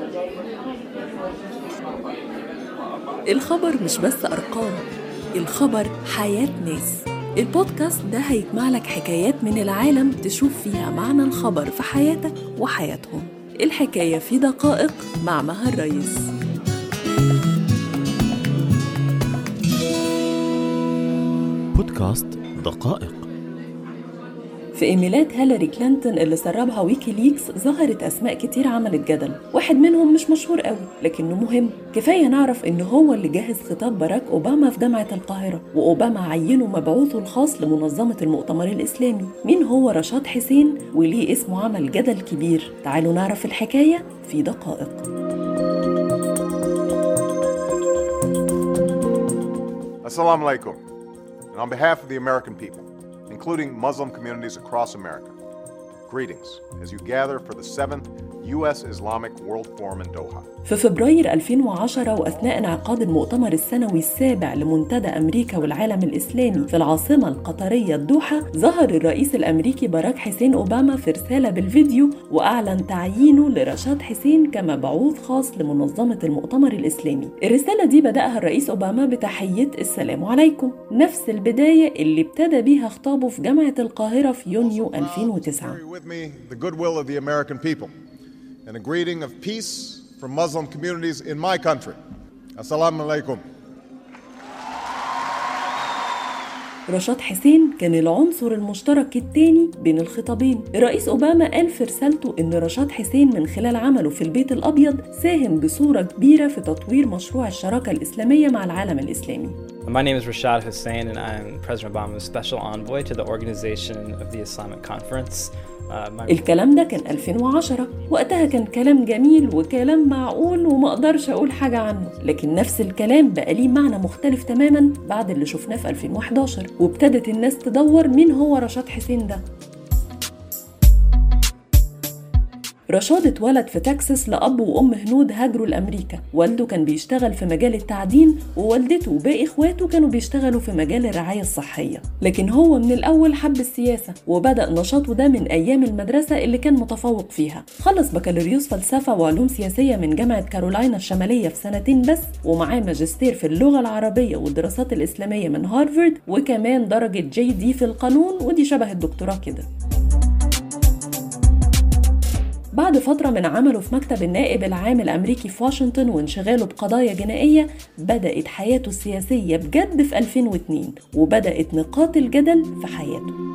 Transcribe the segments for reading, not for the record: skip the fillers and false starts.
الخبر مش بس أرقام، الخبر حياة ناس. البودكاست ده هيجمع لك حكايات من العالم تشوف فيها معنى الخبر في حياتك وحياتهم. الحكاية في دقائق مع مها الرئيس. بودكاست دقائق. في إيميلات هيلاري كلينتون اللي سربها ويكيليكس ظهرت أسماء كتير عملت جدل. واحد منهم مش مشهور قوي لكنه مهم. كفاية نعرف إنه هو اللي جهز خطاب باراك أوباما في جامعة القاهرة، وأوباما عينه مبعوثه الخاص لمنظمة المؤتمر الإسلامي. مين هو رشاد حسين وليه اسمه عمل جدل كبير؟ تعالوا نعرف الحكاية في دقائق. Assalamu alaikum. And on behalf of the American people, including Muslim communities across America, greetings as you gather for the 7th U.S. Islamic World Forum in Doha. في فبراير 2010 وأثناء انعقاد المؤتمر السنوي السابع لمنتدى أمريكا والعالم الإسلامي في العاصمة القطرية الدوحة، ظهر الرئيس الأمريكي باراك حسين أوباما في رسالة بالفيديو وأعلن تعيينه لرشاد حسين كمبعوث خاص لمنظمة المؤتمر الإسلامي. الرسالة دي بدأها الرئيس أوباما بتحية السلام عليكم، نفس البداية اللي ابتدى بيها خطابه في جامعة القاهرة في يونيو 2009. And a greeting of peace from Muslim communities in my country. Assalamu alaikum. رشاد حسين كان العنصر المشترك الثاني بين الخطابين. الرئيس أوباما قال في رسالته إن رشاد حسين من خلال عمله في البيت الأبيض ساهم بصورة كبيرة في تطوير مشروع الشراكة الإسلامية مع العالم الإسلامي. My name is Rashad Hussain and I'm President Obama's special envoy to the organization of the Islamic Conference. الكلام ده كان 2010. وقتها كان كلام جميل وكلام معقول وما اقدرش اقول حاجة عنه، لكن نفس الكلام بقى ليه معنى مختلف تماما بعد اللي شفناه في 2011، وابتدت الناس تدور مين هو رشاد حسين ده. رشاد اتولد في تكساس لأب وأم هنود هاجروا لأمريكا. والده كان بيشتغل في مجال التعدين ووالدته وباقي إخواته كانوا بيشتغلوا في مجال الرعاية الصحية، لكن هو من الأول حب السياسة وبدأ نشاطه ده من أيام المدرسة اللي كان متفوق فيها. خلص بكالوريوس فلسفة وعلوم سياسية من جامعة كارولاينا الشمالية في 2 سنين بس، ومعاه ماجستير في اللغة العربية والدراسات الإسلامية من هارفارد، وكمان درجة JD في القانون ودي شبه الدكتوراه كده. بعد فترة من عمله في مكتب النائب العام الأمريكي في واشنطن وانشغاله بقضايا جنائية، بدأت حياته السياسية بجد في 2002 وبدأت نقاط الجدل في حياته.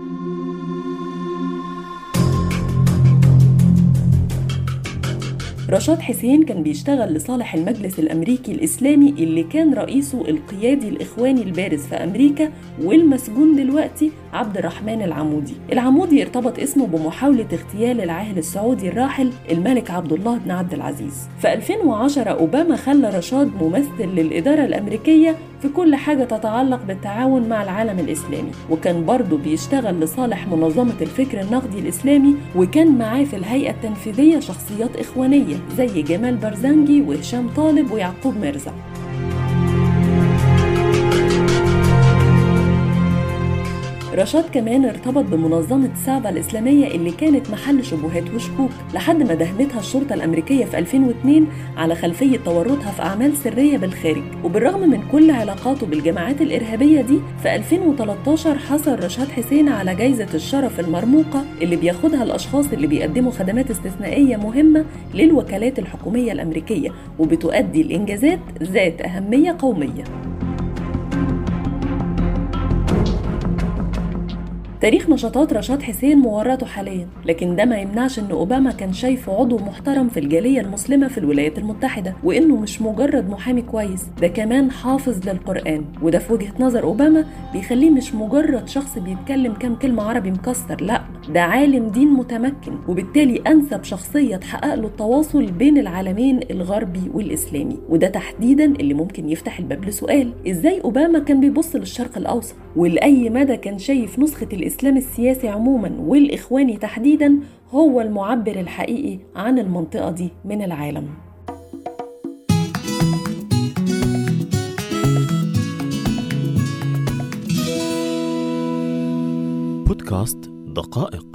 رشاد حسين كان بيشتغل لصالح المجلس الأمريكي الإسلامي اللي كان رئيسه القيادي الإخواني البارز في أمريكا والمسجون دلوقتي عبد الرحمن العمودي. العمودي ارتبط اسمه بمحاولة اغتيال العاهل السعودي الراحل الملك عبد الله بن عبد العزيز. في 2010 أوباما خلى رشاد ممثل للإدارة الأمريكية في كل حاجة تتعلق بالتعاون مع العالم الإسلامي، وكان برضو بيشتغل لصالح منظمة الفكر النقدي الإسلامي، وكان معاه في الهيئة التنفيذية شخصيات إخوانية زي جمال برزنجي وهشام طالب ويعقوب مرزا. رشاد كمان ارتبط بمنظمة سابا الإسلامية اللي كانت محل شبهات وشكوك لحد ما دهمتها الشرطة الأمريكية في 2002 على خلفية تورطها في أعمال سرية بالخارج. وبالرغم من كل علاقاته بالجماعات الإرهابية دي، في 2013 حصل رشاد حسين على جايزة الشرف المرموقة اللي بياخدها الأشخاص اللي بيقدموا خدمات استثنائية مهمة للوكالات الحكومية الأمريكية وبتؤدي الإنجازات ذات أهمية قومية. تاريخ نشاطات رشاد حسين مورطه حاليا، لكن ده ما يمنعش ان اوباما كان شايفه عضو محترم في الجالية المسلمة في الولايات المتحدة، وانه مش مجرد محامي كويس، ده كمان حافظ للقرآن. وده في وجهة نظر اوباما بيخليه مش مجرد شخص بيتكلم كام كلمة عربي مكسر، لا ده عالم دين متمكن، وبالتالي انسب شخصية تحقق له التواصل بين العالمين الغربي والاسلامي. وده تحديدا اللي ممكن يفتح الباب لسؤال: ازاي اوباما كان بيبص للشرق الاوسط، ولأي مدى كان شايف نسخة الإسلام السياسي عموما والإخواني تحديدا هو المعبر الحقيقي عن المنطقة دي من العالم. بودكاست دقائق.